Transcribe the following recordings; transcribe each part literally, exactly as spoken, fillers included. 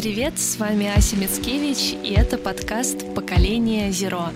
Привет, с вами Ася Мицкевич, и это подкаст «Поколение Зеро».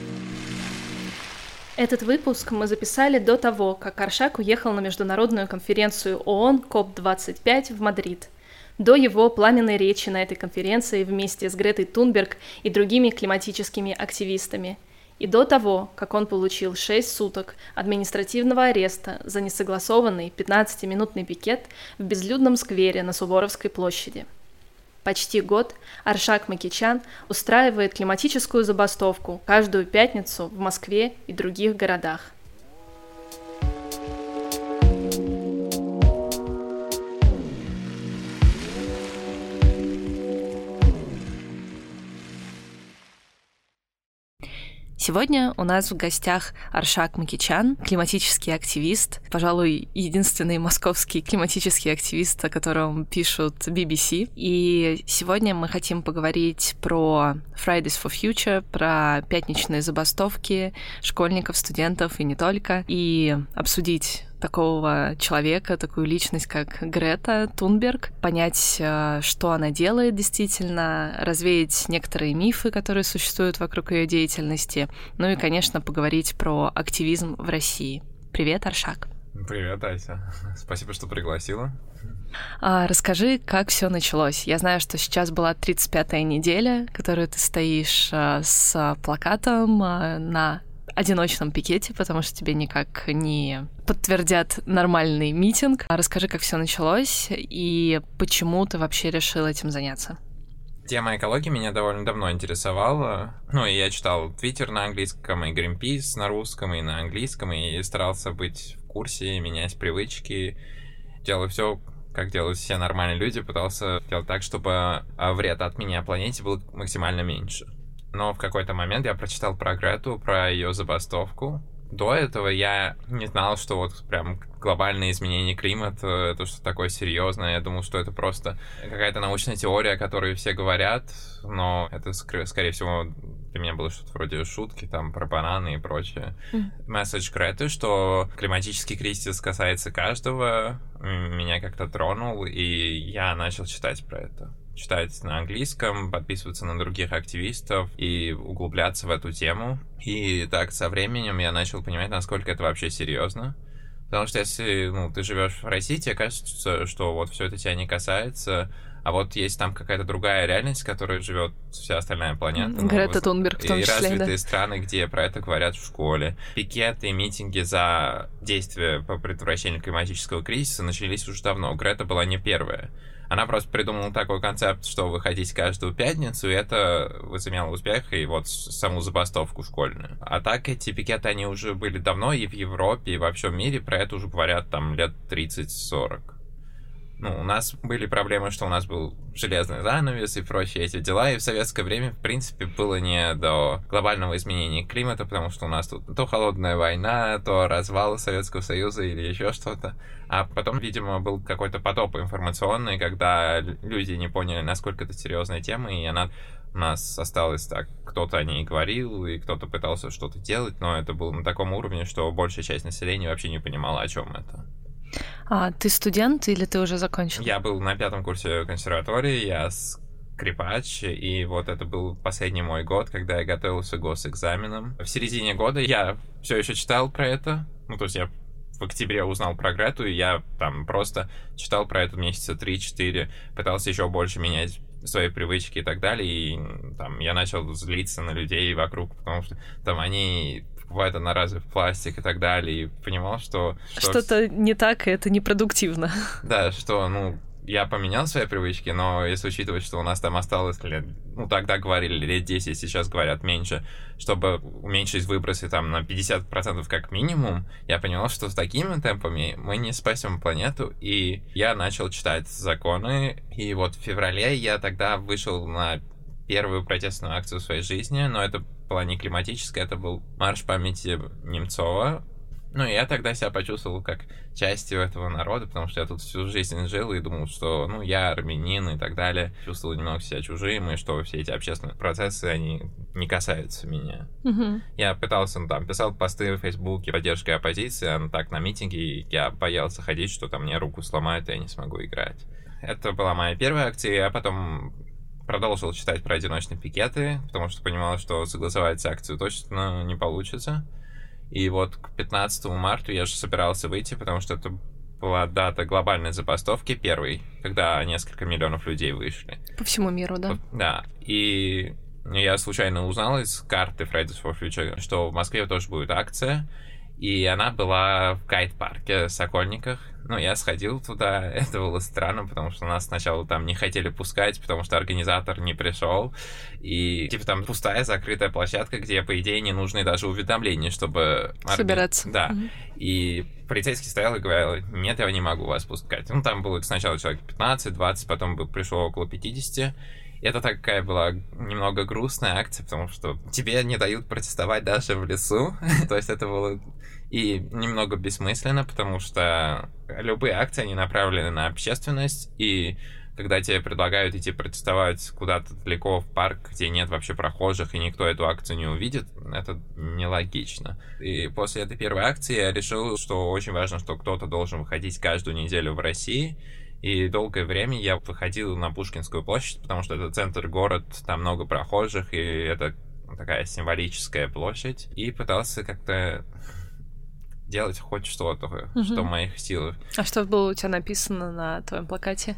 Этот выпуск мы записали до того, как Аршак уехал на международную конференцию ООН коп двадцать пять в Мадрид. До его пламенной речи на этой конференции вместе с Гретой Тунберг и другими климатическими активистами. И до того, как он получил шесть суток административного ареста за несогласованный пятнадцатиминутный пикет в безлюдном сквере на Суворовской площади. Почти год Аршак Макичан устраивает климатическую забастовку каждую пятницу в Москве и других городах. Сегодня у нас в гостях Аршак Макичан, климатический активист, пожалуй, единственный московский климатический активист, о котором пишут би би си. И сегодня мы хотим поговорить про Fridays for Future, про пятничные забастовки школьников, студентов и не только, и обсудить такого человека, такую личность, как Грета Тунберг, понять, что она делает действительно, развеять некоторые мифы, которые существуют вокруг ее деятельности, ну и, конечно, поговорить про активизм в России. Привет, Аршак. Привет, Ася. Спасибо, что пригласила. А, расскажи, как все началось. Я знаю, что сейчас была тридцать пятая неделя, которую ты стоишь а, с плакатом а, на одиночном пикете, потому что тебе никак не подтвердят нормальный митинг. Расскажи, как все началось и почему ты вообще решил этим заняться. Тема экологии меня довольно давно интересовала. Ну, и я читал Твиттер на английском, и Greenpeace на русском, и на английском, и старался быть в курсе, менять привычки, делал все, как делают все нормальные люди, пытался делать так, чтобы вред от меня планете был максимально меньше. Но в какой-то момент я прочитал про Грету, про ее забастовку. До этого я не знал, что вот прям глобальные изменения климата — это что-то такое серьезное. Я думал, что это просто какая-то научная теория, о которой все говорят, но это, скорее всего, для меня было что-то вроде шутки, там, про бананы и прочее. Месседж Греты, что климатический кризис касается каждого, меня как-то тронул, и я начал читать про это. Читать на английском, подписываться на других активистов и углубляться в эту тему. И так со временем я начал понимать, насколько это вообще серьезно. Потому что если ну, ты живешь в России, тебе кажется, что вот все это тебя не касается, а вот есть там какая-то другая реальность, в которой живет вся остальная планета. Грета ну, Тунберг в том числе, и развитые да. страны, где про это говорят в школе. Пикеты, митинги за действия по предотвращению климатического кризиса начались уже давно. Грета была не первая. Она просто придумала такой концепт, что вы хотите каждую пятницу, и это возымело успех, и вот саму забастовку школьную. А так эти пикеты, они уже были давно, и в Европе, и во всем мире про это уже говорят там лет тридцать-сорок. Ну, у нас были проблемы, что у нас был железный занавес и прочие эти дела, и в советское время, в принципе, было не до глобального изменения климата, потому что у нас тут то холодная война, то развал Советского Союза или еще что-то. А потом, видимо, был какой-то потоп информационный, когда люди не поняли, насколько это серьезная тема, и она у нас осталась так. Кто-то о ней говорил, и кто-то пытался что-то делать, но это было на таком уровне, что большая часть населения вообще не понимала, о чем это. А ты студент или ты уже закончил? Я был на пятом курсе консерватории, я скрипач, и вот это был последний мой год, когда я готовился к госэкзаменам. В середине года я все еще читал про это, ну, то есть я в октябре узнал про Грету, и я там просто читал про это месяца три-четыре, пытался еще больше менять свои привычки и так далее, и там я начал злиться на людей вокруг, потому что там они покупают одноразовый пластик и так далее, и понимал, что... что Что-то не так, и это непродуктивно. Да, что, ну, я поменял свои привычки, но если учитывать, что у нас там осталось лет, ну, тогда говорили лет десять, сейчас говорят меньше, чтобы уменьшить выбросы там на пятьдесят процентов как минимум, я понял, что с такими темпами мы не спасем планету, и я начал читать законы, и вот в феврале я тогда вышел на первую протестную акцию в своей жизни, но это была не климатическая, это был марш памяти Немцова. Ну, и я тогда себя почувствовал как частью этого народа, потому что я тут всю жизнь жил и думал, что, ну, я армянин и так далее. Чувствовал немного себя чужим, и что все эти общественные процессы, они не касаются меня. Mm-hmm. Я пытался, ну, там, писал посты в Фейсбуке поддержкой оппозиции, а ну, так на митинги я боялся ходить, что там мне руку сломают, и я не смогу играть. Это была моя первая акция, а потом продолжил читать про одиночные пикеты, потому что понимал, что согласовать акцию точно не получится. И вот к пятнадцатому марта я же собирался выйти, потому что это была дата глобальной забастовки, первой, когда несколько миллионов людей вышли. По всему миру, да? Да, и я случайно узнал из карты Fridays for Future, что в Москве тоже будет акция, и она была в гайд-парке в Сокольниках. Ну, я сходил туда, это было странно, потому что нас сначала там не хотели пускать, потому что организатор не пришел. И, типа, там пустая закрытая площадка, где, по идее, не нужны даже уведомления, чтобы... Собираться. Да. Mm-hmm. И полицейский стоял и говорил: нет, я не могу вас пускать. Ну, там было сначала человек пятнадцать-двадцать, потом пришло около пятьдесят. И это такая была немного грустная акция, потому что тебе не дают протестовать даже в лесу. То есть это было и немного бессмысленно, потому что любые акции, они направлены на общественность, и когда тебе предлагают идти протестовать куда-то далеко в парк, где нет вообще прохожих, и никто эту акцию не увидит, это нелогично. И после этой первой акции я решил, что очень важно, что кто-то должен выходить каждую неделю в России. И долгое время я выходил на Пушкинскую площадь, потому что это центр город, там много прохожих, и это такая символическая площадь. И пытался как-то делать хоть что-то, mm-hmm. что в моих силах. А что было у тебя написано на твоем плакате?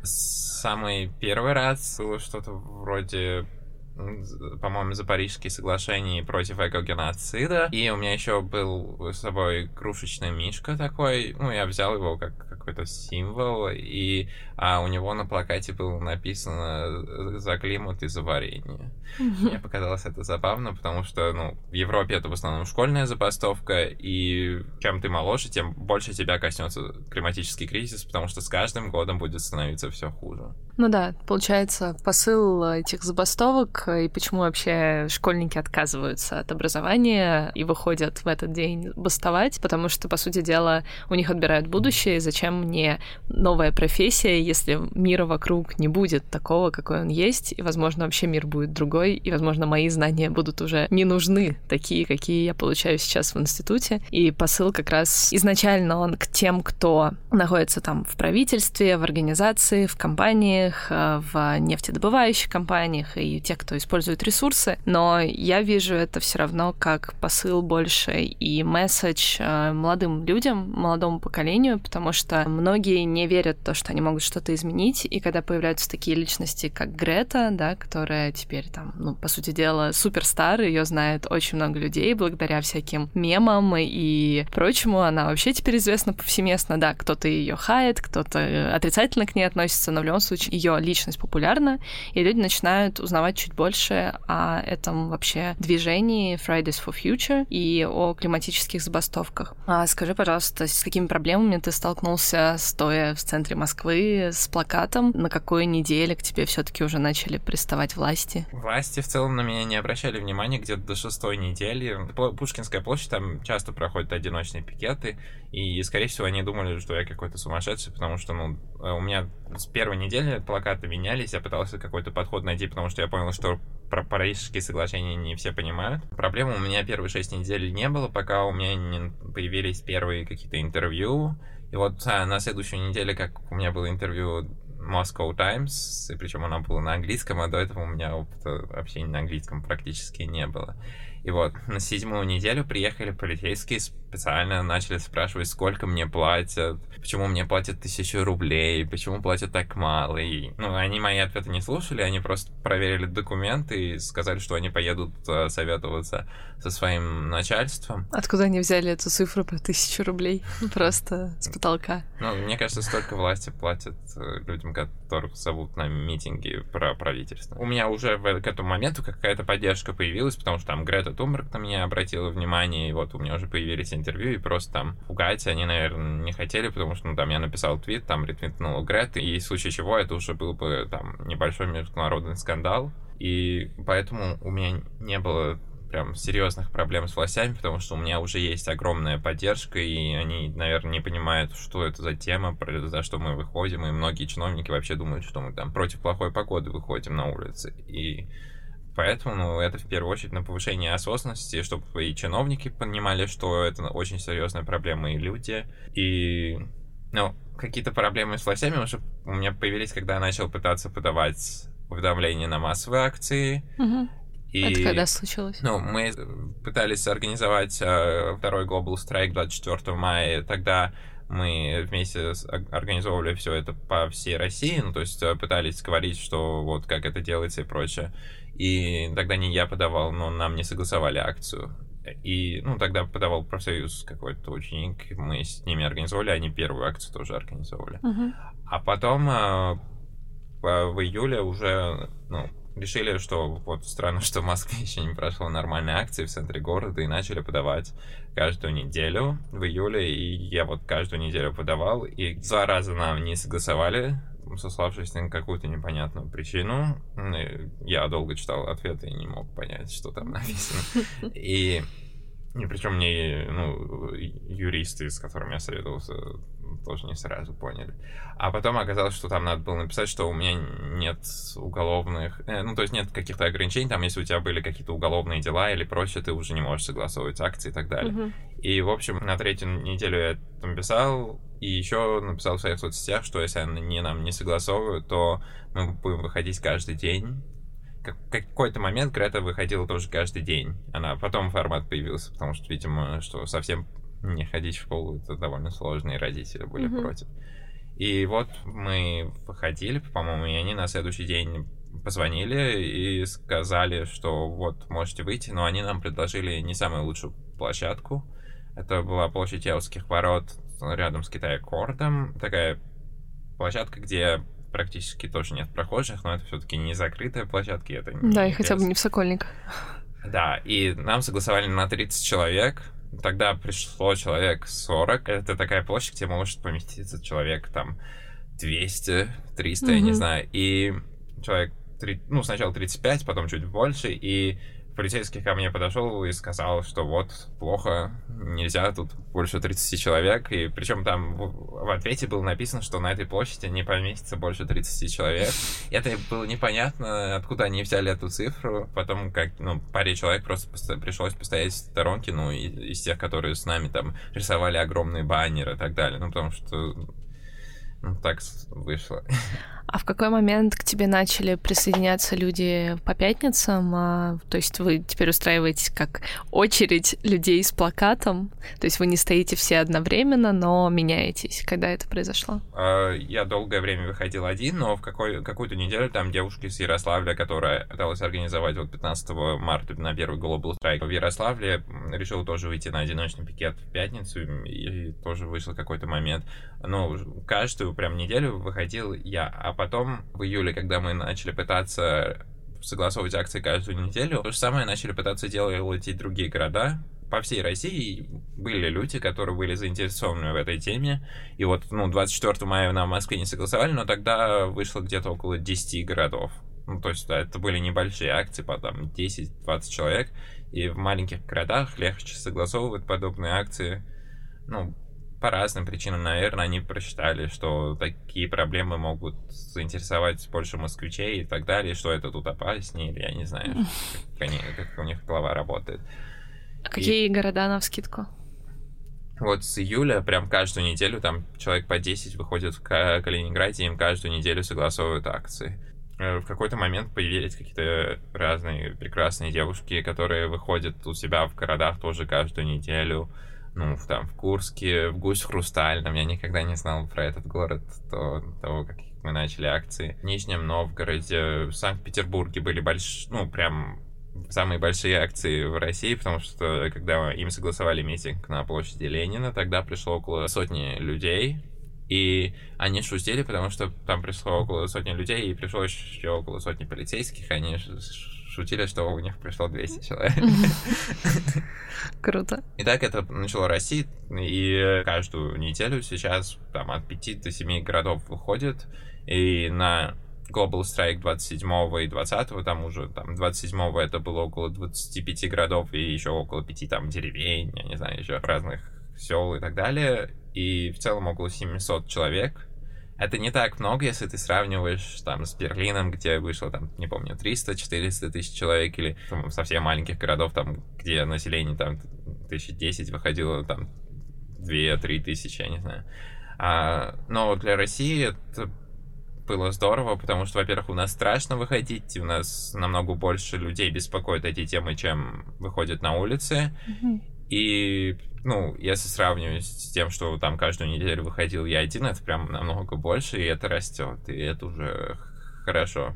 Самый первый раз было что-то вроде, по-моему, за Парижские соглашения против экогеноцида. И у меня еще был с собой игрушечный мишка такой. Ну, я взял его как какой-то символ. И а у него на плакате было написано «За климат и за варенье». Mm-hmm. Мне показалось это забавно, потому что, ну, в Европе это в основном школьная забастовка, и чем ты моложе, тем больше тебя коснется климатический кризис, потому что с каждым годом будет становиться все хуже. Ну да, получается, посыл этих забастовок и почему вообще школьники отказываются от образования и выходят в этот день бастовать, потому что, по сути дела, у них отбирают будущее, и зачем мне новая профессия, если мира вокруг не будет такого, какой он есть, и, возможно, вообще мир будет другой, и, возможно, мои знания будут уже не нужны, такие, какие я получаю сейчас в институте. И посыл как раз изначально он к тем, кто находится там в правительстве, в организации, в компаниях, в нефтедобывающих компаниях и тех, кто использует ресурсы, но я вижу это все равно как посыл больше и месседж молодым людям, молодому поколению, потому что многие не верят в то, что они могут что-то изменить, и когда появляются такие личности, как Грета, да, которая теперь там, ну, по сути дела, суперстар, ее знает очень много людей благодаря всяким мемам и прочему, она вообще теперь известна повсеместно, да, кто-то ее хает, кто-то отрицательно к ней относится, но в любом случае ее личность популярна, и люди начинают узнавать чуть больше о этом вообще движении Fridays for Future и о климатических забастовках. А скажи, пожалуйста, с какими проблемами ты столкнулся, стоя в центре Москвы с плакатом? На какой неделе к тебе все-таки уже начали приставать власти? Власти в целом на меня не обращали внимания где-то до шестой недели. Пушкинская площадь, там часто проходят одиночные пикеты, и, скорее всего, они думали, что я какой-то сумасшедший, потому что, ну, у меня с первой недели плакаты менялись, я пытался какой-то подход найти, потому что я понял, что про Парижские соглашения не все понимают. Проблем у меня первые шесть недель не было, пока у меня не появились первые какие-то интервью. И вот а, на следующей неделе, как у меня было интервью Moscow Times, и причем она была на английском, а до этого у меня опыта общения на английском практически не было. И вот на седьмую неделю приехали полицейские, специально начали спрашивать, сколько мне платят, почему мне платят тысячу рублей, почему платят так мало. И, ну, они мои ответы не слушали, они просто проверили документы и сказали, что они поедут uh, советоваться со своим начальством. Откуда они взяли эту цифру по тысячу рублей? Просто с потолка. Ну, мне кажется, столько власти платят людям, которых зовут на митинги про правительство. У меня уже в, к этому моменту какая-то поддержка появилась, потому что там Грета Тунберг на меня обратила внимание, и вот у меня уже появились интервью, и просто там пугать они, наверное, не хотели, потому что, ну, там я написал твит, там ретвитнул Грет, и в случае чего это уже был бы там небольшой международный скандал, и поэтому у меня не было прям серьезных проблем с властями, потому что у меня уже есть огромная поддержка, и они, наверное, не понимают, что это за тема, за что мы выходим, и многие чиновники вообще думают, что мы там против плохой погоды выходим на улицы, и поэтому, ну, это в первую очередь на повышение осознанности, чтобы и чиновники понимали, что это очень серьезная проблема, и люди. И, ну, какие-то проблемы с властями уже у меня появились, когда я начал пытаться подавать уведомления на массовые акции. Угу. И, это когда случилось? Ну, мы пытались организовать э, второй Global Strike двадцать четвёртого мая, тогда мы вместе с, организовывали все это по всей России, ну, то есть пытались говорить, что вот как это делается и прочее. И тогда не я подавал, но нам не согласовали акцию. И, ну, тогда подавал профсоюз какой-то ученик, мы с ними организовали, они первую акцию тоже организовывали. Uh-huh. А потом э, в июле уже, ну, решили, что вот странно, что в Москве еще не прошло нормальной акции в центре города, и начали подавать каждую неделю в июле, и я вот каждую неделю подавал, и два раза нам не согласовали, сославшись на какую-то непонятную причину. Я долго читал ответы и не мог понять, что там написано. И, и причем мне, ну, юристы, с которыми я советовался, тоже не сразу поняли. А потом оказалось, что там надо было написать, что у меня нет уголовных... Э, ну, то есть нет каких-то ограничений, там, если у тебя были какие-то уголовные дела или прочее, ты уже не можешь согласовывать акции и так далее. Uh-huh. И, в общем, на третью неделю я это написал, и еще написал в своих соцсетях, что если они нам не согласовывают, то мы будем выходить каждый день. Как, какой-то момент Грета выходила тоже каждый день. Она потом формат появился, потому что, видимо, что совсем не ходить в школу, это довольно сложно, и родители были mm-hmm. против. И вот мы выходили, по-моему, и они на следующий день позвонили и сказали, что вот, можете выйти, но они нам предложили не самую лучшую площадку. Это была площадь Елских ворот рядом с Китай-Кордом. Такая площадка, где практически тоже нет прохожих, но это все-таки не закрытая площадка. Это не да, и хотя бы не в Сокольниках. Да, и нам согласовали на тридцать человек. Тогда пришло человек сорок. Это такая площадь, где может поместиться человек там двести, триста, mm-hmm. я не знаю. И человек, ну, сначала тридцать пять, потом чуть больше, и полицейский ко мне подошел и сказал, что вот, плохо, нельзя, тут больше тридцати человек, и причем там в, в ответе было написано, что на этой площади не поместится больше тридцати человек. И это было непонятно, откуда они взяли эту цифру. Потом, как, ну, паре человек просто посто- пришлось постоять в сторонке, ну, из, из тех, которые с нами там рисовали огромные баннеры и так далее, ну, потому что, ну, так вышло. А в какой момент к тебе начали присоединяться люди по пятницам? А, то есть вы теперь устраиваетесь как очередь людей с плакатом? То есть вы не стоите все одновременно, но меняетесь. Когда это произошло? Я долгое время выходил один, но в какой, какую-то неделю там девушки из Ярославля, которая пыталась организовать вот пятнадцатого марта на первый Global Strike в Ярославле, решила тоже выйти на одиночный пикет в пятницу, и тоже вышел какой-то момент. Но каждую прям неделю выходил я, а потом в июле, когда мы начали пытаться согласовывать акции каждую неделю, то же самое начали пытаться делать и другие города. По всей России были люди, которые были заинтересованы в этой теме. И вот, ну, двадцать четвёртого мая нам в Москве не согласовали, но тогда вышло где-то около десяти городов. Ну, то есть, да, это были небольшие акции, по там десять-двадцать человек. И в маленьких городах легче согласовывать подобные акции. Ну, по разным причинам, наверное, они просчитали, что такие проблемы могут заинтересовать больше москвичей и так далее, что это тут опаснее, или я не знаю, как, они, как у них голова работает. А какие и... города навскидку? Вот с июля прям каждую неделю там человек по десять выходит в Калининграде, им каждую неделю согласовывают акции. В какой-то момент появились какие-то разные прекрасные девушки, которые выходят у себя в городах тоже каждую неделю. Ну, там, в Курске, в Гусь-Хрустальном, я никогда не знал про этот город до того, как мы начали акции. В Нижнем Новгороде, в Санкт-Петербурге были большие, ну, прям самые большие акции в России, потому что, когда им согласовали митинг на площади Ленина, тогда пришло около сотни людей, и они шутили, потому что там пришло около сотни людей, и пришло еще около сотни полицейских, они шутили, что у них пришло двести человек. Круто. И так это начало расти, и каждую неделю сейчас там от пяти до семи городов выходит, и на Global Strike двадцать седьмого и двадцатого, там уже там двадцать седьмого это было около двадцати пяти городов, и еще около пяти там деревень, я не знаю, еще разных сел и так далее, и в целом около семисот человек. Это не так много, если ты сравниваешь там с Берлином, где вышло там, не помню, триста-четыреста тысяч человек, или там, совсем маленьких городов, там, где население там тысяча десять выходило там две-три тысячи, я не знаю. А, но для России это было здорово, потому что, во-первых, у нас страшно выходить, у нас намного больше людей беспокоят эти темы, чем выходят на улицы. Mm-hmm. И, ну, если сравнивать с тем, что там каждую неделю выходил я один, это прям намного больше, и это растет, и это уже хорошо.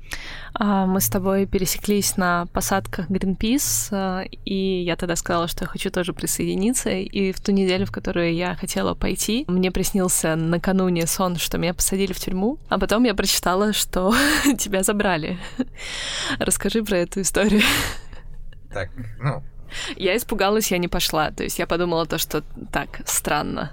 Мы с тобой пересеклись на посадках Greenpeace, и я тогда сказала, что я хочу тоже присоединиться. И в ту неделю, в которую я хотела пойти, мне приснился накануне сон, что меня посадили в тюрьму, а потом я прочитала, что тебя забрали. Расскажи про эту историю. Так, ну... Я испугалась, я не пошла. То есть я подумала то, что так, странно.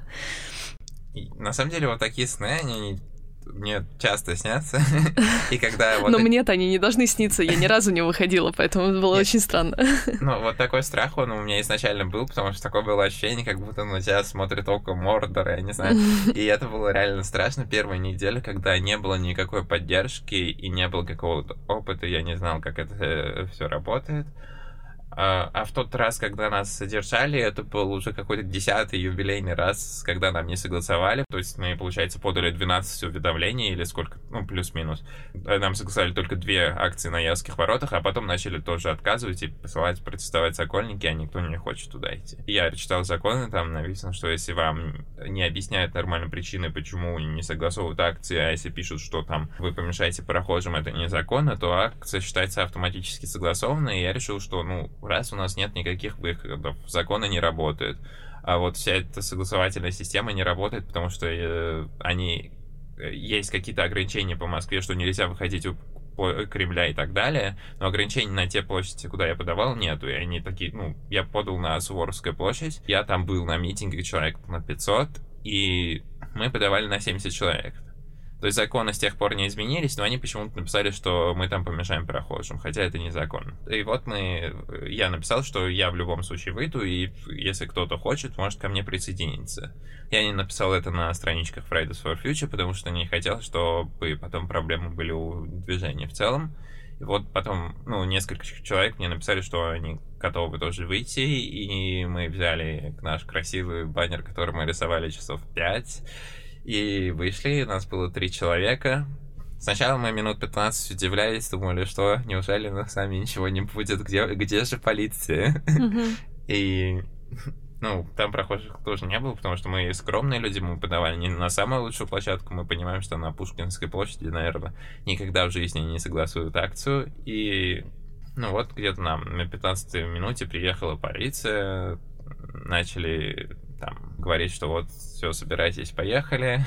И, на самом деле, вот такие сны, они... мне часто снятся, и когда... Вот Но это... мне-то они не должны сниться, я ни разу не выходила, поэтому это было очень странно. Ну, вот такой страх, он у меня изначально был, потому что такое было ощущение, как будто на тебя смотрит око Мордора, я не знаю. И это было реально страшно первую неделю, когда не было никакой поддержки и не было какого-то опыта, я не знал, как это все работает. А, а в тот раз, когда нас содержали, это был уже какой-то десятый юбилейный раз, когда нам не согласовали. То есть мы, получается, подали двенадцать уведомлений или сколько, ну, плюс-минус. Нам согласовали только две акции на Ялских воротах, а потом начали тоже отказывать и посылать протестовать Сокольники, а никто не хочет туда идти. Я читал законы, там написано, что если вам не объясняют нормальные причины, почему не согласовывают акции, а если пишут, что там вы помешаете прохожим, это незаконно, то акция считается автоматически согласованной, и я решил, что, ну, раз у нас нет никаких выходов, законы не работают, а вот вся эта согласовательная система не работает, потому что э, они есть какие-то ограничения по Москве, что нельзя выходить у Кремля и так далее, но ограничений на те площади, куда я подавал, нету, и они такие, ну, я подал на Суворовскую площадь, я там был на митинге человек на пятьсот, и мы подавали на семьдесят человек. То есть законы с тех пор не изменились, но они почему-то написали, что мы там помешаем прохожим, хотя это незаконно. И вот мы, я написал, что я в любом случае выйду, и если кто-то хочет, может ко мне присоединиться. Я не написал это на страничках Fridays for Future, потому что не хотел, чтобы потом проблемы были у движения в целом. И вот потом, ну, несколько человек мне написали, что они готовы тоже выйти, и мы взяли наш красивый баннер, который мы рисовали часов пять, и вышли, у нас было три человека. Сначала мы минут пятнадцать удивлялись, думали, что неужели нас с нами ничего не будет, где, где же полиция? Mm-hmm. И, ну, там прохожих тоже не было, потому что мы скромные люди, мы подавали не на самую лучшую площадку, мы понимаем, что на Пушкинской площади, наверное, никогда в жизни не согласуют акцию. И, ну, вот где-то нам на пятнадцатой минуте приехала полиция, начали... там, говорить, что вот, все, собирайтесь, поехали.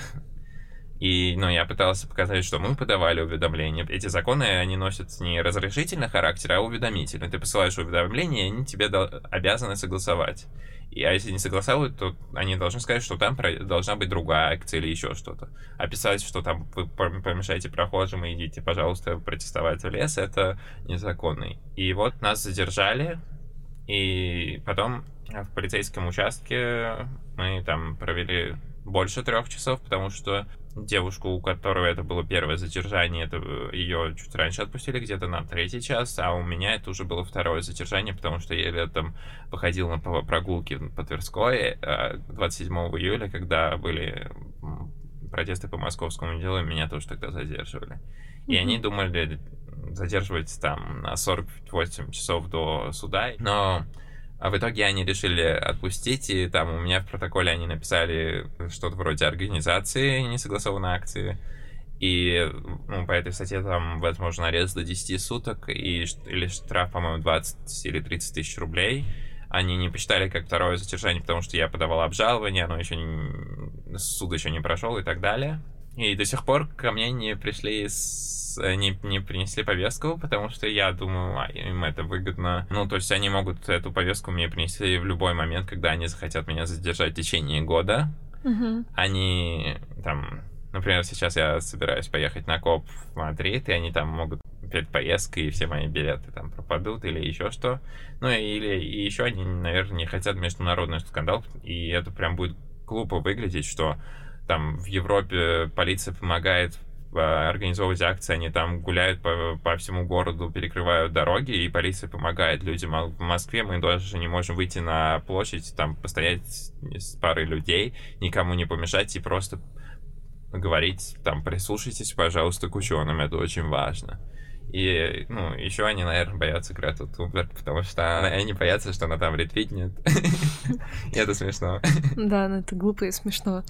И, ну, я пытался показать, что мы подавали уведомления. Эти законы, они носят не разрешительный характер, а уведомительный. Ты посылаешь уведомление, и они тебе до... обязаны согласовать. И, а если не согласовывают, то они должны сказать, что там про... должна быть другая акция или еще что-то. А писать, что там вы помешаете прохожим и идите, пожалуйста, протестовать в лес, это незаконно. И вот нас задержали, и потом в полицейском участке мы там провели больше трех часов, потому что девушку, у которой это было первое задержание, это ее чуть раньше отпустили, где-то на третий час, а у меня это уже было второе задержание, потому что я летом выходил на прогулки по Тверской двадцать седьмого июля, когда были протесты по московскому делу, меня тоже тогда задерживали. И mm-hmm. они думали задерживать там на сорок восемь часов до суда, но а в итоге они решили отпустить, и там у меня в протоколе они написали что-то вроде организации несогласованной акции, и ну, по этой статье там возможен арест до десяти суток, и, или штраф, по-моему, двадцать или тридцать тысяч рублей. Они не посчитали как второе задержание, потому что я подавал обжалование, оно еще не, суд еще не прошел и так далее. И до сих пор ко мне не пришли, с, не, не принесли повестку, потому что я думаю, а, им это выгодно. Ну, то есть они могут эту повестку мне принести в любой момент, когда они захотят меня задержать в течение года. Mm-hmm. Они там, например, сейчас я собираюсь поехать на КОП в Мадрид, и они там могут перед поездкой, и все мои билеты там пропадут или еще что. Ну, или и еще они, наверное, не хотят международный скандал, и это прям будет глупо выглядеть, что там в Европе полиция помогает организовывать акции, они там гуляют по, по всему городу, перекрывают дороги, и полиция помогает людям. А в Москве мы даже не можем выйти на площадь, там постоять с парой людей, никому не помешать и просто говорить, там, прислушайтесь, пожалуйста, к ученым, это очень важно. И, ну, еще они, наверное, боятся Грету Тунберг, потому что они боятся, что она там ретвитнет. И это смешно. Да, ну это глупо и смешно.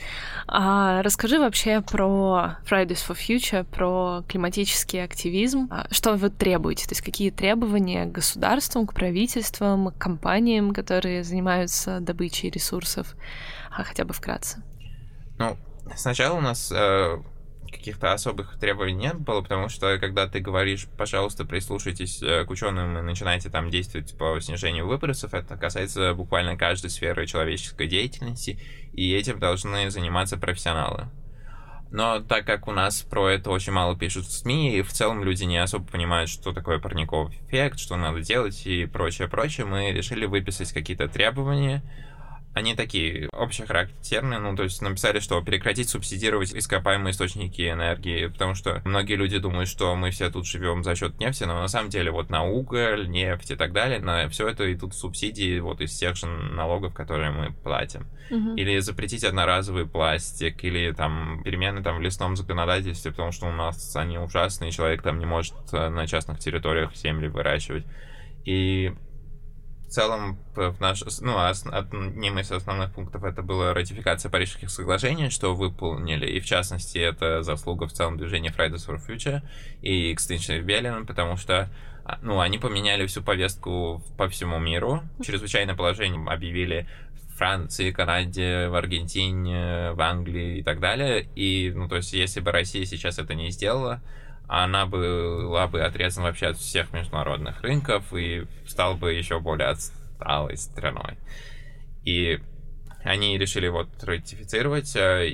А расскажи вообще про Fridays for Future, про климатический активизм. Что вы требуете? То есть какие требования к государствам, к правительствам, к компаниям, которые занимаются добычей ресурсов? А хотя бы вкратце. Ну, сначала у нас... Э, каких-то особых требований нет было, потому что когда ты говоришь, пожалуйста, прислушайтесь к ученым и начинайте там действовать по снижению выбросов, это касается буквально каждой сферы человеческой деятельности, и этим должны заниматься профессионалы. Но так как у нас про это очень мало пишут в СМИ, и в целом люди не особо понимают, что такое парниковый эффект, что надо делать и прочее-прочее, мы решили выписать какие-то требования. Они такие общехарактерные, ну, то есть написали, что прекратить субсидировать ископаемые источники энергии, потому что многие люди думают, что мы все тут живем за счет нефти, но на самом деле вот на уголь, нефть и так далее, на все это идут субсидии вот из тех же налогов, которые мы платим. Uh-huh. Или запретить одноразовый пластик, или там перемены там в лесном законодательстве, потому что у нас они ужасные, человек там не может на частных территориях земли выращивать. И в целом, в наш, ну, одним из основных пунктов это была ратификация Парижских соглашений, что выполнили, и в частности это заслуга в целом движения Fridays for Future и Extinction Rebellion, потому что, ну, они поменяли всю повестку по всему миру, чрезвычайное положение объявили в Франции, Канаде, в Аргентине, в Англии и так далее, и, ну, то есть, если бы Россия сейчас это не сделала, она была бы отрезана вообще от всех международных рынков и стала бы еще более отсталой страной. И они решили вот ратифицировать,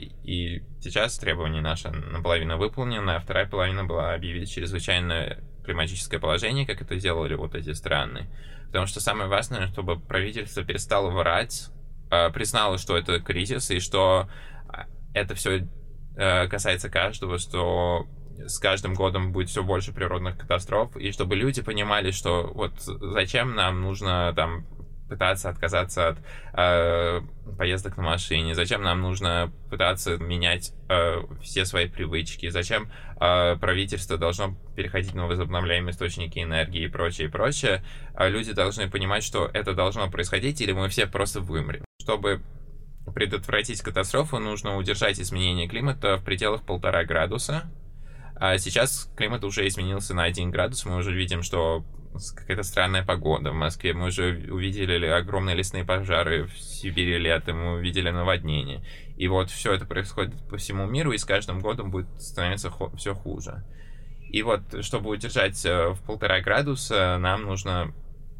и сейчас требования наши наполовину выполнены, а вторая половина была объявить чрезвычайное климатическое положение, как это делали вот эти страны. Потому что самое важное, чтобы правительство перестало врать, признало, что это кризис, и что это все касается каждого, что с каждым годом будет все больше природных катастроф, и чтобы люди понимали, что вот зачем нам нужно там пытаться отказаться от э, поездок на машине, зачем нам нужно пытаться менять э, все свои привычки, зачем э, правительство должно переходить на возобновляемые источники энергии и прочее, и прочее. А люди должны понимать, что это должно происходить, или мы все просто вымрем. Чтобы предотвратить катастрофу, нужно удержать изменение климата в пределах полтора градуса. А сейчас климат уже изменился на один градус, мы уже видим, что какая-то странная погода в Москве, мы уже увидели огромные лесные пожары в Сибири летом, мы увидели наводнения. И вот все это происходит по всему миру, и с каждым годом будет становиться все хуже. И вот, чтобы удержать в полтора градуса, нам нужно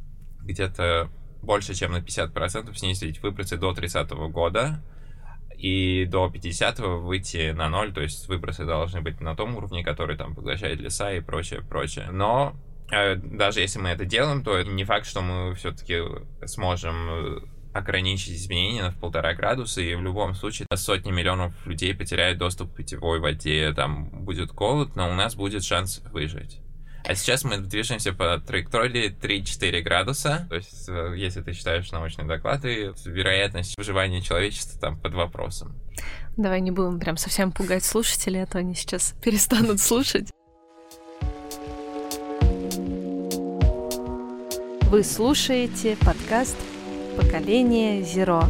где-то больше, чем на пятьдесят процентов снизить выбросы до тридцатого года, и до пятидесятого выйти на ноль, то есть выбросы должны быть на том уровне, который там поглощает леса и прочее, прочее. Но э, даже если мы это делаем, то это не факт, что мы все-таки сможем ограничить изменения в полтора градуса, и в любом случае сотни миллионов людей потеряют доступ к питьевой воде, там будет голод, но у нас будет шанс выжить. А сейчас мы движемся по траектории три-четыре градуса. То есть, если ты читаешь научные доклады, вероятность выживания человечества там под вопросом. Давай не будем прям совсем пугать слушателей, а то они сейчас перестанут слушать. Вы слушаете подкаст «Поколение Зеро».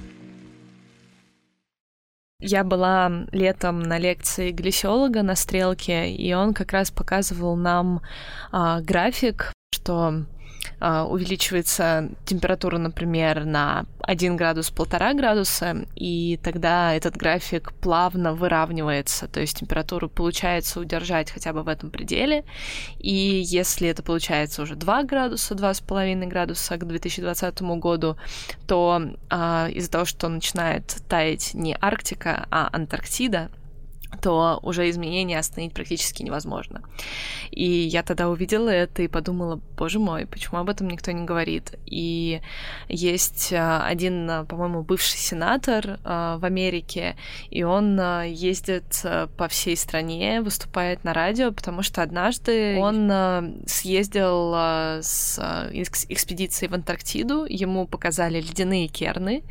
Я была летом на лекции глисиолога на Стрелке, и он как раз показывал нам а, график, что а, увеличивается температура, например, на один градус, полтора градуса, и тогда этот график плавно выравнивается, то есть температуру получается удержать хотя бы в этом пределе, и если это получается уже два градуса, два с половиной градуса к две тысячи двадцатому году, то а, из-за того, что начинает таять не Арктика, а Антарктида, то уже изменения остановить практически невозможно. И я тогда увидела это и подумала, боже мой, почему об этом никто не говорит? И есть один, по-моему, бывший сенатор в Америке, и он ездит по всей стране, выступает на радио, потому что однажды он съездил с экспедицией в Антарктиду, ему показали ледяные керны,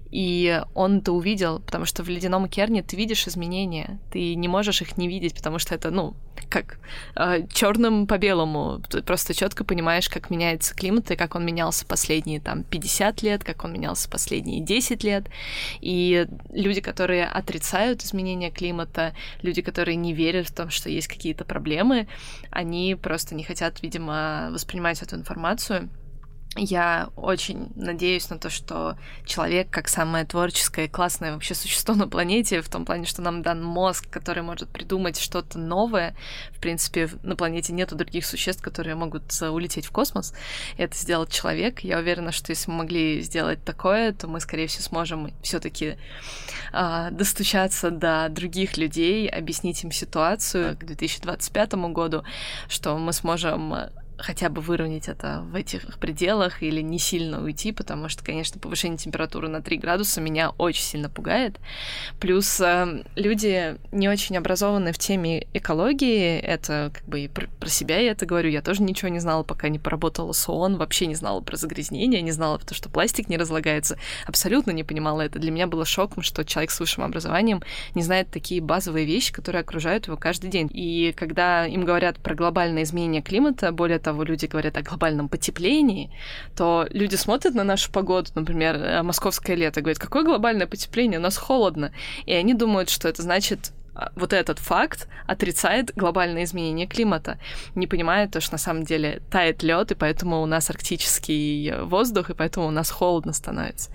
И он это увидел, потому что в ледяном керне ты видишь изменения, ты не можешь их не видеть, потому что это, ну, как э, черным по белому. Ты просто четко понимаешь, как меняется климат и как он менялся последние там пятьдесят лет, как он менялся последние десять лет. И люди, которые отрицают изменения климата, люди, которые не верят в том, что есть какие-то проблемы, они просто не хотят, видимо, воспринимать эту информацию. Я очень надеюсь на то, что человек, как самое творческое и классное вообще существо на планете, в том плане, что нам дан мозг, который может придумать что-то новое. В принципе, на планете нету других существ, которые могут улететь в космос. И это сделал человек. Я уверена, что если мы могли сделать такое, то мы, скорее всего, сможем все-таки э, достучаться до других людей, объяснить им ситуацию к две тысячи двадцать пятому году, что мы сможем хотя бы выровнять это в этих пределах или не сильно уйти, потому что, конечно, повышение температуры на три градуса меня очень сильно пугает. Плюс э, люди не очень образованные в теме экологии, это как бы и про, про себя я это говорю, я тоже ничего не знала, пока не поработала с ООН, вообще не знала про загрязнение, не знала про то, что пластик не разлагается, абсолютно не понимала это. Для меня было шоком, что человек с высшим образованием не знает такие базовые вещи, которые окружают его каждый день. И когда им говорят про глобальное изменение климата, более того, люди говорят о глобальном потеплении, то люди смотрят на нашу погоду, например, московское лето, говорят, какое глобальное потепление, у нас холодно. И они думают, что это значит, вот этот факт отрицает глобальное изменение климата, не понимая то, что на самом деле тает лед, и поэтому у нас арктический воздух, и поэтому у нас холодно становится.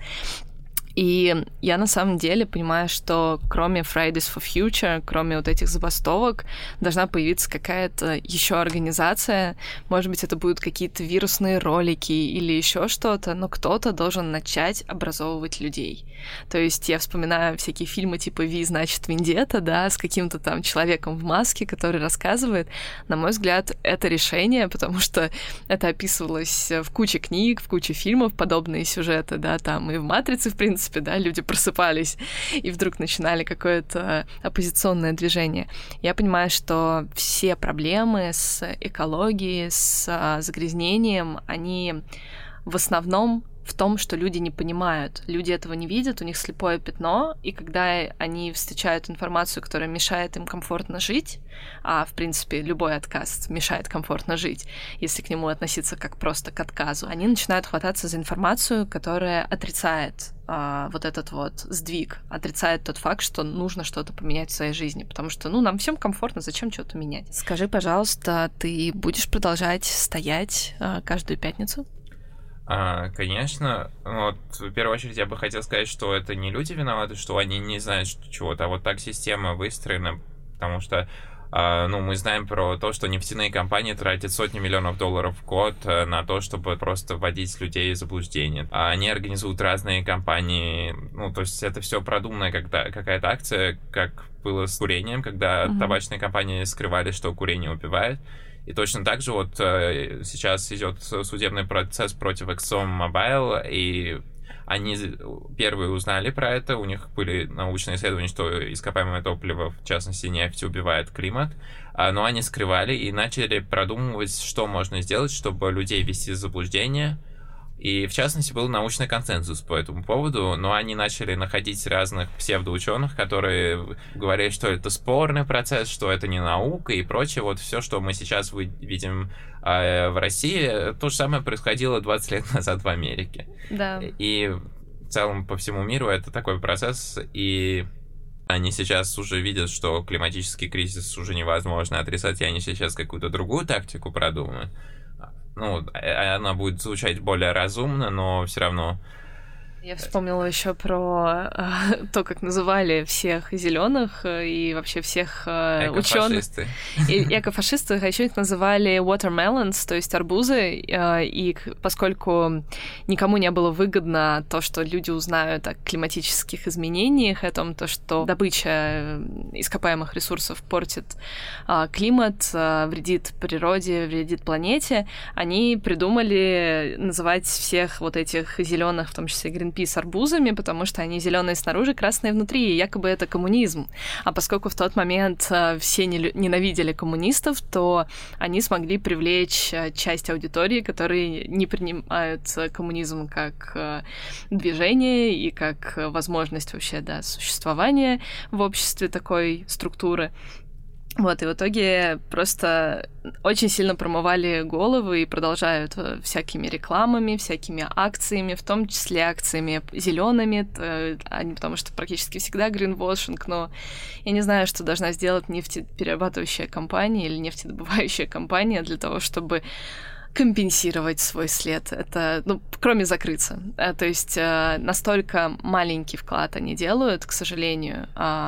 И я на самом деле понимаю, что кроме Fridays for Future, кроме вот этих забастовок, должна появиться какая-то еще организация. Может быть, это будут какие-то вирусные ролики или еще что-то, но кто-то должен начать образовывать людей. То есть я вспоминаю всякие фильмы типа «Ви, значит, Вендетта», да, с каким-то там человеком в маске, который рассказывает. На мой взгляд, это решение, потому что это описывалось в куче книг, в куче фильмов, подобные сюжеты, да, там и в «Матрице», в принципе, да, люди просыпались и вдруг начинали какое-то оппозиционное движение. Я понимаю, что все проблемы с экологией, с загрязнением, они в основном в том, что люди не понимают. Люди этого не видят, у них слепое пятно, и когда они встречают информацию, которая мешает им комфортно жить, а, в принципе, любой отказ мешает комфортно жить, если к нему относиться как просто к отказу, они начинают хвататься за информацию, которая отрицает а, вот этот вот сдвиг, отрицает тот факт, что нужно что-то поменять в своей жизни, потому что, ну, нам всем комфортно, зачем что-то менять? Скажи, пожалуйста, ты будешь продолжать стоять а, каждую пятницу? А, конечно. Вот, в первую очередь я бы хотел сказать, что это не люди виноваты, что они не знают чего-то, а вот так система выстроена, потому что а, ну, мы знаем про то, что нефтяные компании тратят сотни миллионов долларов в год на то, чтобы просто вводить людей в заблуждение. А они организуют разные компании, ну, то есть это все продуманная когда, какая-то акция, как было с курением, когда mm-hmm. табачные компании скрывали, что курение убивает. И точно так же вот э, сейчас идет судебный процесс против ExxonMobil, и они первые узнали про это, у них были научные исследования, что ископаемое топливо, в частности нефть, убивает климат, а, но они скрывали и начали продумывать, что можно сделать, чтобы людей ввести в заблуждение. И, в частности, был научный консенсус по этому поводу, но они начали находить разных псевдоученых, которые говорили, что это спорный процесс, что это не наука и прочее. Вот все, что мы сейчас видим э, в России, то же самое происходило двадцать лет назад в Америке. Да. И в целом по всему миру это такой процесс, и они сейчас уже видят, что климатический кризис уже невозможно отрицать, и они сейчас какую-то другую тактику продумают. Ну, она будет звучать более разумно, но все равно. Я вспомнила еще про э, то, как называли всех зеленых и вообще всех э, ученых. И экофашисты, а еще их называли watermelons, то есть арбузы. Э, и поскольку никому не было выгодно то, что люди узнают о климатических изменениях, о том, то, что добыча ископаемых ресурсов портит э, климат, э, вредит природе, вредит планете, они придумали называть всех вот этих зеленых, в том числе Greenpeace, Greenpeace арбузами, потому что они зеленые снаружи, красные внутри, и якобы это коммунизм. А поскольку в тот момент все ненавидели коммунистов, то они смогли привлечь часть аудитории, которые не принимают коммунизм как движение и как возможность вообще, да, существования в обществе такой структуры. Вот, и в итоге просто очень сильно промывали головы и продолжают всякими рекламами, всякими акциями, в том числе акциями зелеными, они, потому что практически всегда гринвошинг, но я не знаю, что должна сделать нефтеперерабатывающая компания или нефтедобывающая компания для того, чтобы компенсировать свой след. Это, ну, кроме закрыться. То есть настолько маленький вклад они делают, к сожалению,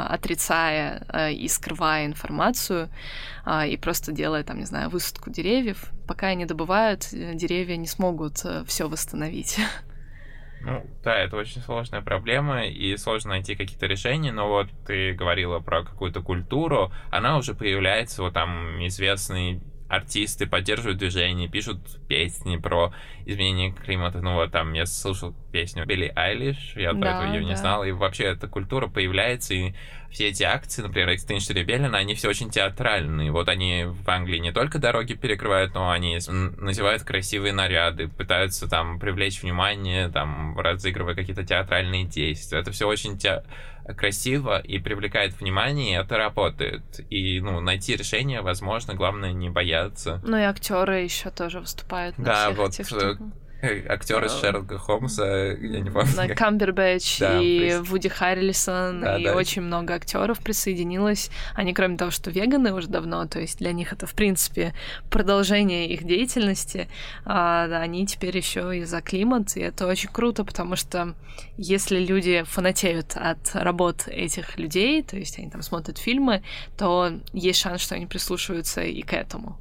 отрицая и скрывая информацию, и просто делая, там, не знаю, высадку деревьев. Пока они добывают, деревья не смогут все восстановить. Ну, да, это очень сложная проблема, и сложно найти какие-то решения, но вот ты говорила про какую-то культуру, она уже появляется, вот там известные артисты поддерживают движение, пишут песни про изменение климата. Ну вот там я слушал песню Билли Айлиш, я да, до этого ее да. не знал, и вообще эта культура появляется, и все эти акции, например, Extinction Rebellion, они все очень театральные. Вот они в Англии не только дороги перекрывают, но они надевают красивые наряды, пытаются там привлечь внимание, там разыгрывая какие-то театральные действия. Это все очень те... красиво и привлекает внимание, и это работает. И, ну, найти решение возможно, главное не бояться. Ну и актеры еще тоже выступают на да, всех вот этих штуках. Актер из Шерлока Холмса, я не помню. Да, Камбербэтч да, и прис... Вуди Харрельсон, да, и да. очень много актеров присоединилось. Они, кроме того, что веганы уже давно, то есть для них это, в принципе, продолжение их деятельности, а, да, они теперь еще и за климат, и это очень круто, потому что если люди фанатеют от работ этих людей, то есть они там смотрят фильмы, то есть шанс, что они прислушиваются и к этому.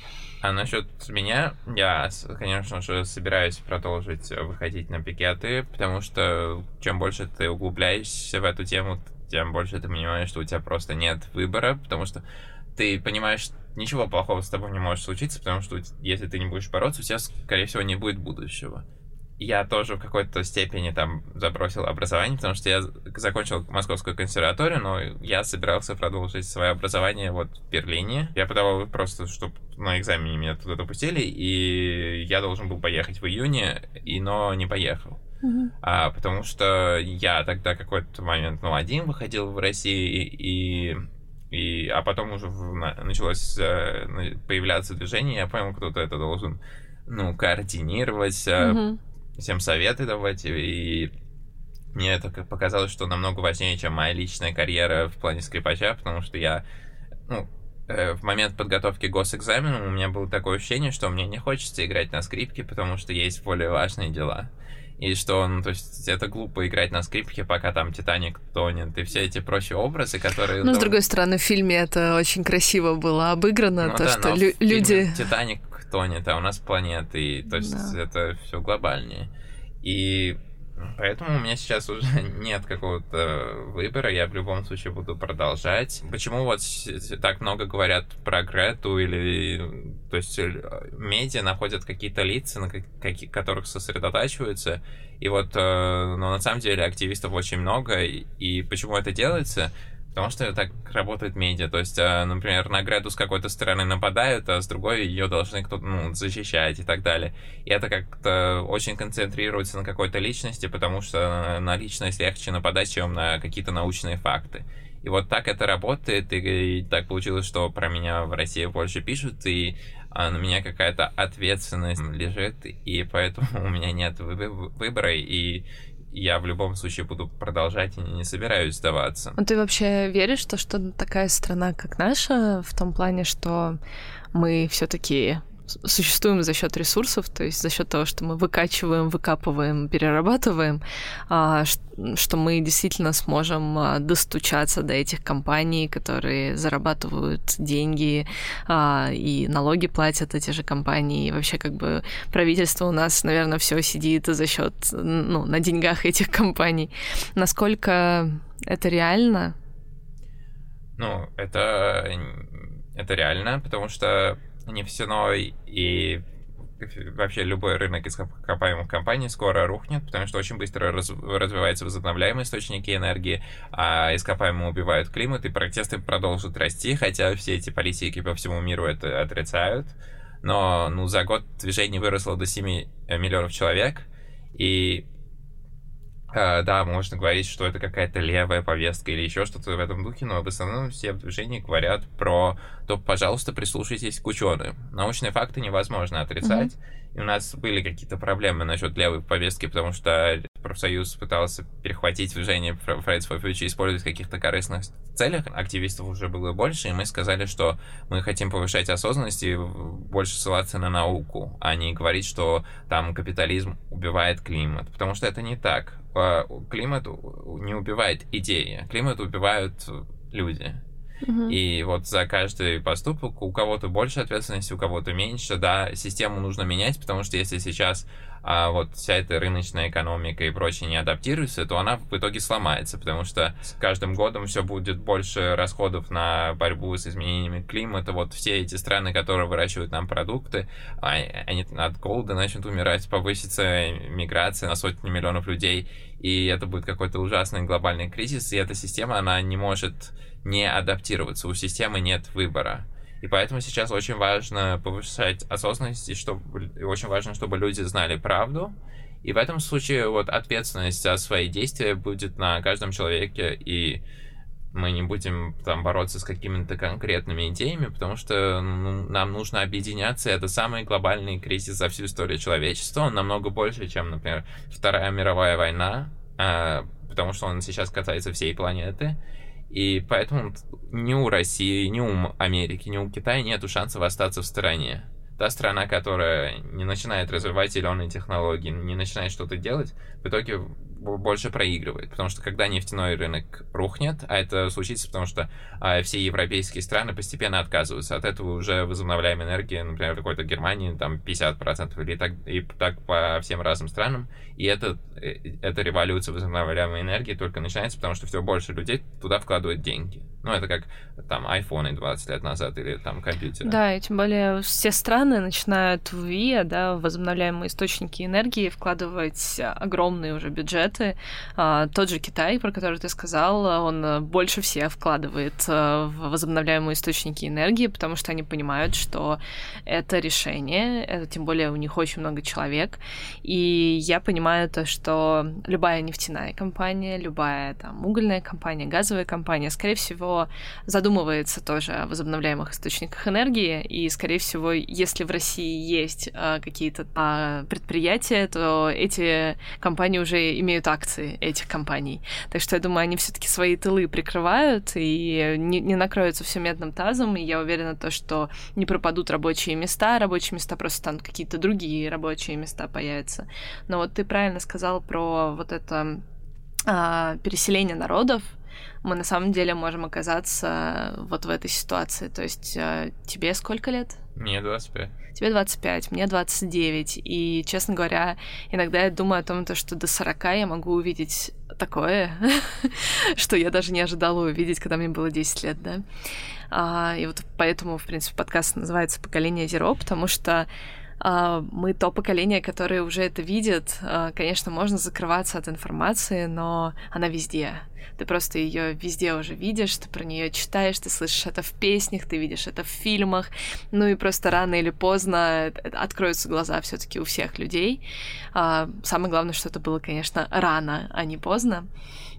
А насчет меня, я, конечно же, собираюсь продолжить выходить на пикеты, потому что чем больше ты углубляешься в эту тему, тем больше ты понимаешь, что у тебя просто нет выбора, потому что ты понимаешь, ничего плохого с тобой не может случиться, потому что если ты не будешь бороться, у тебя, скорее всего, не будет будущего. Я тоже в какой-то степени там забросил образование, потому что я закончил Московскую консерваторию, но я собирался продолжить свое образование вот в Берлине. Я подавал просто, чтобы на экзамене меня туда допустили, и я должен был поехать в июне, и, но не поехал. Mm-hmm. А, потому что я тогда какой-то момент, ну, один выходил в России, и... И, а потом уже в, началось э, появляться движение, я понял, кто-то это должен, ну, координировать, э, mm-hmm. всем советы давать, и мне это показалось, что намного важнее, чем моя личная карьера в плане скрипача, потому что я, ну, э, в момент подготовки к госэкзамену у меня было такое ощущение, что мне не хочется играть на скрипке, потому что есть более важные дела. И что, ну, то есть, это глупо играть на скрипке, пока там Титаник тонет, и все эти прочие образы, которые... Ну, ну, с другой стороны, в фильме это очень красиво было обыграно, ну, то, да, что но лю- в фильме люди... Титаник тонет, а у нас планеты, и, то есть, Да. это все глобальнее. И поэтому у меня сейчас уже нет какого-то выбора, я в любом случае буду продолжать. Почему вот так много говорят про Грету, или, то есть, медиа находят какие-то лица, на каких, которых сосредотачиваются, и вот, но на самом деле активистов очень много, и почему это делается? Потому что так работает медиа. То есть, например, на Грету с какой-то стороны нападают, а с другой ее должны кто-то, ну, защищать и так далее. И это как-то очень концентрируется на какой-то личности, потому что на личность легче нападать, чем на какие-то научные факты. И вот так это работает, и, и так получилось, что про меня в России больше пишут, и а, на меня какая-то ответственность лежит, и поэтому у меня нет выбора, и я в любом случае буду продолжать и не собираюсь сдаваться. А ты вообще веришь, что, что такая страна, как наша, в том плане, что мы все-таки существуем за счет ресурсов, то есть за счет того, что мы выкачиваем, выкапываем, перерабатываем, что мы действительно сможем достучаться до этих компаний, которые зарабатывают деньги и налоги платят эти же компании, и вообще как бы правительство у нас, наверное, все сидит за счет, ну, на деньгах этих компаний. Насколько это реально? Ну, это, это реально, потому что нефтяной и вообще любой рынок ископаемых компаний скоро рухнет, потому что очень быстро раз, развиваются возобновляемые источники энергии, а ископаемые убивают климат, и протесты продолжат расти, хотя все эти политики по всему миру это отрицают. Но ну, за год движение выросло до семи миллионов человек, и э, да, можно говорить, что это какая-то левая повестка или еще что-то в этом духе, но в основном все в движении говорят про то, пожалуйста, прислушайтесь к ученым. Научные факты невозможно отрицать, mm-hmm. и у нас были какие-то проблемы насчет левой повестки, потому что профсоюз пытался перехватить движение Fridays for Future и использовать в каких-то корыстных целях. Активистов уже было больше, и мы сказали, что мы хотим повышать осознанность и больше ссылаться на науку, а не говорить, что там капитализм убивает климат, потому что это не так. Климат не убивает идеи, климат убивают люди. Uh-huh. И вот за каждый поступок у кого-то больше ответственности, у кого-то меньше. Да, систему нужно менять, потому что если сейчас а, вот вся эта рыночная экономика и прочее не адаптируется, то она в итоге сломается, потому что с каждым годом все будет больше расходов на борьбу с изменениями климата. Вот все эти страны, которые выращивают нам продукты, они от голода начнут умирать, повысится миграция на сотни миллионов людей, и это будет какой-то ужасный глобальный кризис, и эта система, она не может не адаптироваться, у системы нет выбора. И поэтому сейчас очень важно повышать осознанность, и, чтобы, и очень важно, чтобы люди знали правду. И в этом случае вот ответственность за свои действия будет на каждом человеке, и мы не будем там бороться с какими-то конкретными идеями, потому что ну, нам нужно объединяться, и это самый глобальный кризис за всю историю человечества. Он намного больше, чем, например, Вторая мировая война, э, потому что он сейчас касается всей планеты. И поэтому ни у России, ни у Америки, ни у Китая нету шансов остаться в стороне. Та страна, которая не начинает развивать зеленые технологии, не начинает что-то делать, в итоге больше проигрывает. Потому что когда нефтяной рынок рухнет, а это случится, потому что а, все европейские страны постепенно отказываются от этого, уже возобновляемой энергии, например, в какой-то Германии там пятьдесят процентов или так, и так по всем разным странам. И это, эта революция возобновляемой энергии только начинается, потому что все больше людей туда вкладывают деньги. Ну, это как там айфоны двадцать лет назад или там компьютеры. Да, и тем более все страны начинают в ви ай, да, в возобновляемые источники энергии вкладывать огромные уже бюджеты. А, тот же Китай, про который ты сказал, он больше всех вкладывает в возобновляемые источники энергии, потому что они понимают, что это решение, это, тем более у них очень много человек. И я понимаю то, что любая нефтяная компания, любая там угольная компания, газовая компания, скорее всего, задумывается тоже о возобновляемых источниках энергии, и, скорее всего, если в России есть а, какие-то а, предприятия, то эти компании уже имеют акции этих компаний. Так что я думаю, они все-таки свои тылы прикрывают и не, не накроются все медным тазом, и я уверена, то, что не пропадут рабочие места, рабочие места просто станут какие-то другие рабочие места появятся. Но вот ты правильно сказал про вот это а, переселение народов. Мы на самом деле можем оказаться вот в этой ситуации. То есть а, тебе сколько лет? Мне двадцать пять. Тебе двадцать пять, мне двадцать девять. И, честно говоря, иногда я думаю о том, что до сорока я могу увидеть такое, что я даже не ожидала увидеть, когда мне было десять лет, да. А, и вот поэтому, в принципе, подкаст называется «Поколение Зеро», потому что Uh, мы то поколение, которое уже это видит. Uh, конечно, можно закрываться от информации, но она везде. Ты просто ее везде уже видишь, ты про нее читаешь, ты слышишь это в песнях, ты видишь это в фильмах. Ну и просто рано или поздно откроются глаза все-таки у всех людей. Uh, самое главное, что это было, конечно, рано, а не поздно.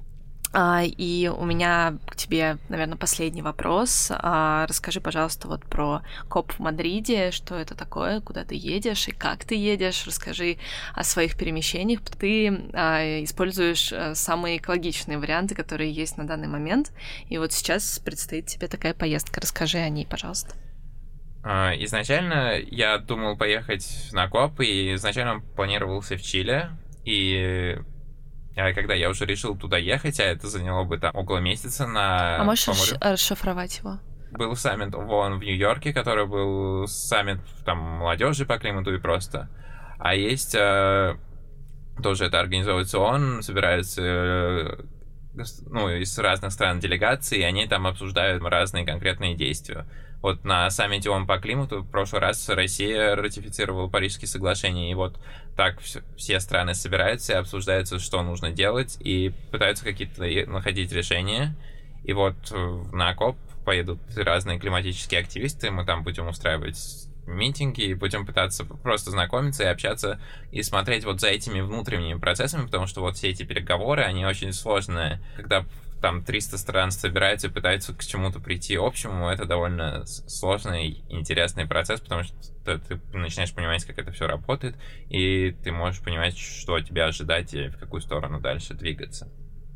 Uh, и у меня к тебе, наверное, последний вопрос. Uh, расскажи, пожалуйста, вот про коп в Мадриде, что это такое, куда ты едешь и как ты едешь. Расскажи о своих перемещениях. Ты uh, используешь uh, самые экологичные варианты, которые есть на данный момент. И вот сейчас предстоит тебе такая поездка. Расскажи о ней, пожалуйста. Uh, изначально я думал поехать на коп, и изначально планировался в Чили, и... А когда я уже решил туда ехать, а это заняло бы там около месяца на... А можешь расш- расшифровать его? Был саммит ООН в Нью-Йорке, который был саммит там молодежи по климату и просто. А есть... Э, тоже это организовывается ООН, собираются э, ну, из разных стран делегаций, и они там обсуждают разные конкретные действия. Вот на саммите ООН по климату в прошлый раз Россия ратифицировала Парижские соглашения, и вот так все страны собираются и обсуждаются, что нужно делать, и пытаются какие-то находить решения. И вот на КОП поедут разные климатические активисты, мы там будем устраивать митинги, и будем пытаться просто знакомиться и общаться, и смотреть вот за этими внутренними процессами, потому что вот все эти переговоры, они очень сложные. Когда там триста стран собираются и пытаются к чему-то прийти общему, это довольно сложный и интересный процесс, потому что ты начинаешь понимать, как это все работает, и ты можешь понимать, что от тебя ожидать и в какую сторону дальше двигаться.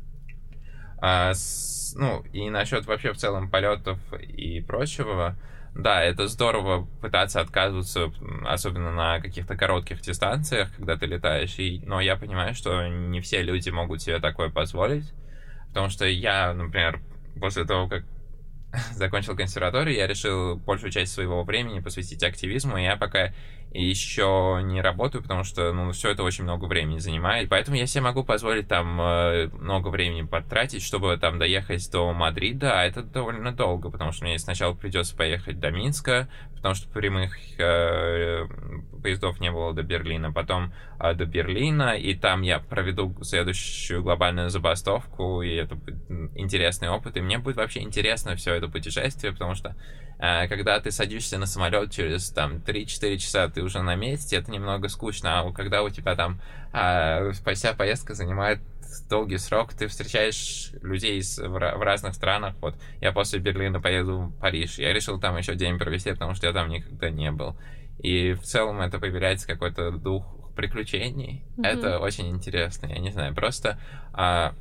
А, с, ну, и насчет вообще в целом полетов и прочего, да, это здорово пытаться отказываться, особенно на каких-то коротких дистанциях, когда ты летаешь, и, но я понимаю, что не все люди могут себе такое позволить, потому что я, например, после того, как закончил консерваторию, я решил большую часть своего времени посвятить активизму, и я пока еще не работаю, потому что, ну, все это очень много времени занимает, поэтому я себе могу позволить там много времени потратить, чтобы там доехать до Мадрида, а это довольно долго, потому что мне сначала придется поехать до Минска, потому что прямых э, поездов не было до Берлина, потом э, до Берлина, и там я проведу следующую глобальную забастовку, и это будет интересный опыт, и мне будет вообще интересно все это путешествие, потому что э, когда ты садишься на самолет через там три-четыре часа, ты уже на месте, это немного скучно, а когда у тебя там э, вся поездка занимает долгий срок, ты встречаешь людей в, в разных странах. Вот я после Берлина поеду в Париж. Я решил там еще день провести, потому что я там никогда не был. И в целом это появляется какой-то дух приключений. Mm-hmm. Это очень интересно. Я не знаю, просто а,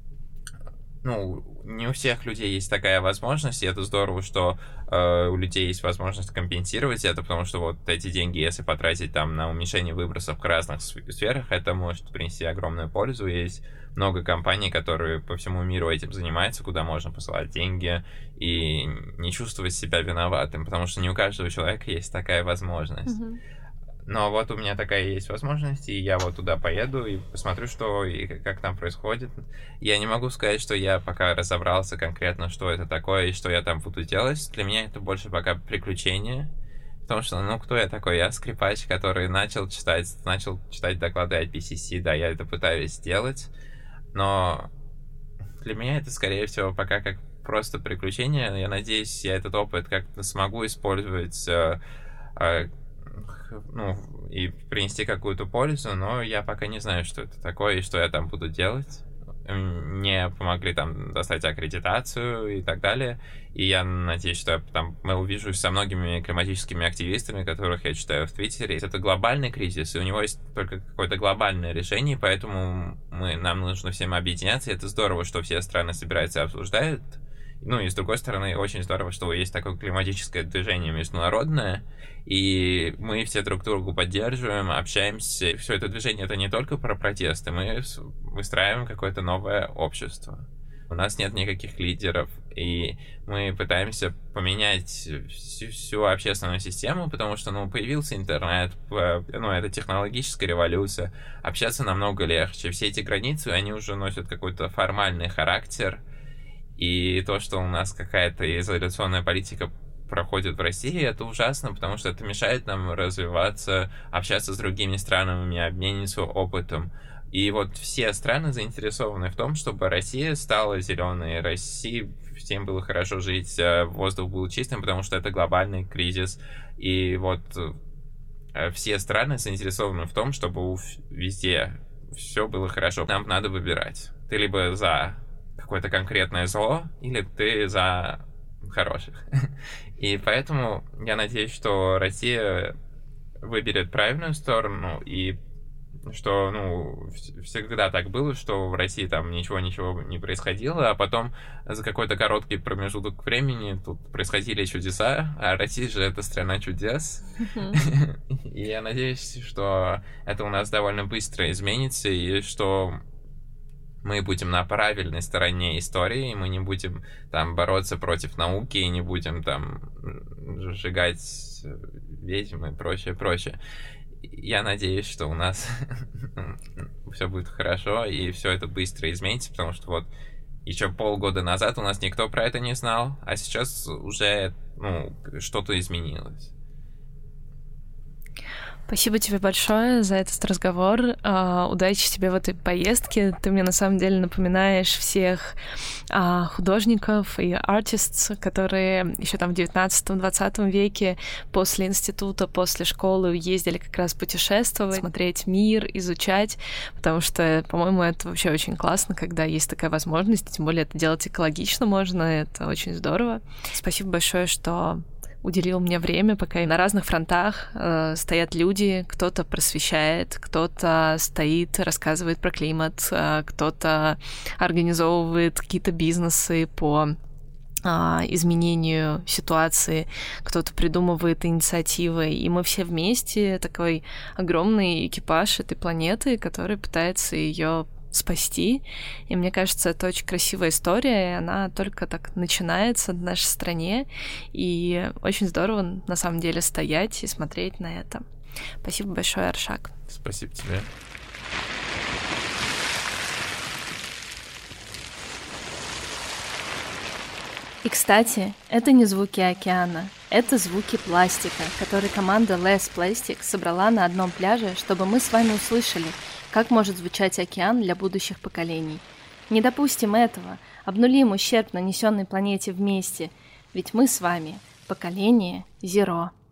ну, не у всех людей есть такая возможность, и это здорово, что э, у людей есть возможность компенсировать это, потому что вот эти деньги, если потратить там на уменьшение выбросов в разных сферах, это может принести огромную пользу. Есть много компаний, которые по всему миру этим занимаются, куда можно посылать деньги и не чувствовать себя виноватым, потому что не у каждого человека есть такая возможность. Mm-hmm. Но вот у меня такая есть возможность, и я вот туда поеду и посмотрю, что и как там происходит. Я не могу сказать, что я пока разобрался конкретно, что это такое и что я там буду делать. Для меня это больше пока приключение. Потому что, ну, кто я такой? Я скрипач, который начал читать, начал читать доклады ай пи си си, да, я это пытаюсь сделать. Но для меня это, скорее всего, пока как просто приключение. Я надеюсь, я этот опыт как-то смогу использовать, э, э, ну, и принести какую-то пользу, но я пока не знаю, что это такое и что я там буду делать. Мне помогли там достать аккредитацию и так далее, и я надеюсь, что я там мы увижусь со многими климатическими активистами, которых я читаю в Твиттере. Это глобальный кризис, и у него есть только какое-то глобальное решение, поэтому мы, нам нужно всем объединяться, и это здорово, что все страны собираются и обсуждают. Ну и с другой стороны, очень здорово, что есть такое климатическое движение международное, и мы все друг другу поддерживаем, общаемся. Все это движение — это не только про протесты, мы выстраиваем какое-то новое общество. У нас нет никаких лидеров, и мы пытаемся поменять всю, всю общественную систему, потому что, ну, появился интернет, ну, это технологическая революция, общаться намного легче. Все эти границы, они уже носят какой-то формальный характер, и то, что у нас какая-то изоляционная политика проходит в России, это ужасно, потому что это мешает нам развиваться, общаться с другими странами, обмениваться опытом. И вот все страны заинтересованы в том, чтобы Россия стала зеленой, России всем было хорошо жить, воздух был чистым, потому что это глобальный кризис. И вот все страны заинтересованы в том, чтобы везде все было хорошо. Нам надо выбирать. Ты либо за какое-то конкретное зло, или ты за хороших. И поэтому я надеюсь, что Россия выберет правильную сторону, и что, ну, всегда так было, что в России там ничего-ничего не происходило, а потом за какой-то короткий промежуток времени тут происходили чудеса, а Россия же это страна чудес. И я надеюсь, что это у нас довольно быстро изменится, и что мы будем на правильной стороне истории, и мы не будем там бороться против науки, и не будем там сжигать ведьм и прочее, прочее. Я надеюсь, что у нас все будет хорошо, и все это быстро изменится, потому что вот Еще полгода назад у нас никто про это не знал, а сейчас уже, ну, что-то изменилось. Спасибо тебе большое за этот разговор. Uh, удачи тебе в этой поездке. Ты мне на самом деле напоминаешь всех uh, художников и артистов, которые еще там в девятнадцатом-двадцатом веке после института, после школы ездили как раз путешествовать, смотреть мир, изучать, потому что, по-моему, это вообще очень классно, когда есть такая возможность, тем более это делать экологично можно, это очень здорово. Спасибо большое, что уделил мне время, пока на разных фронтах э, стоят люди, кто-то просвещает, кто-то стоит, рассказывает про климат, э, кто-то организовывает какие-то бизнесы по э, изменению ситуации, кто-то придумывает инициативы, и мы все вместе такой огромный экипаж этой планеты, который пытается ее спасти. И мне кажется, это очень красивая история, и она только так начинается в нашей стране. И очень здорово, на самом деле, стоять и смотреть на это. Спасибо большое, Аршак. Спасибо тебе. И, кстати, это не звуки океана, это звуки пластика, который команда Less Plastic собрала на одном пляже, чтобы мы с вами услышали, как может звучать океан для будущих поколений. Не допустим этого, обнулим ущерб, нанесенный планете вместе, ведь мы с вами поколение Zero.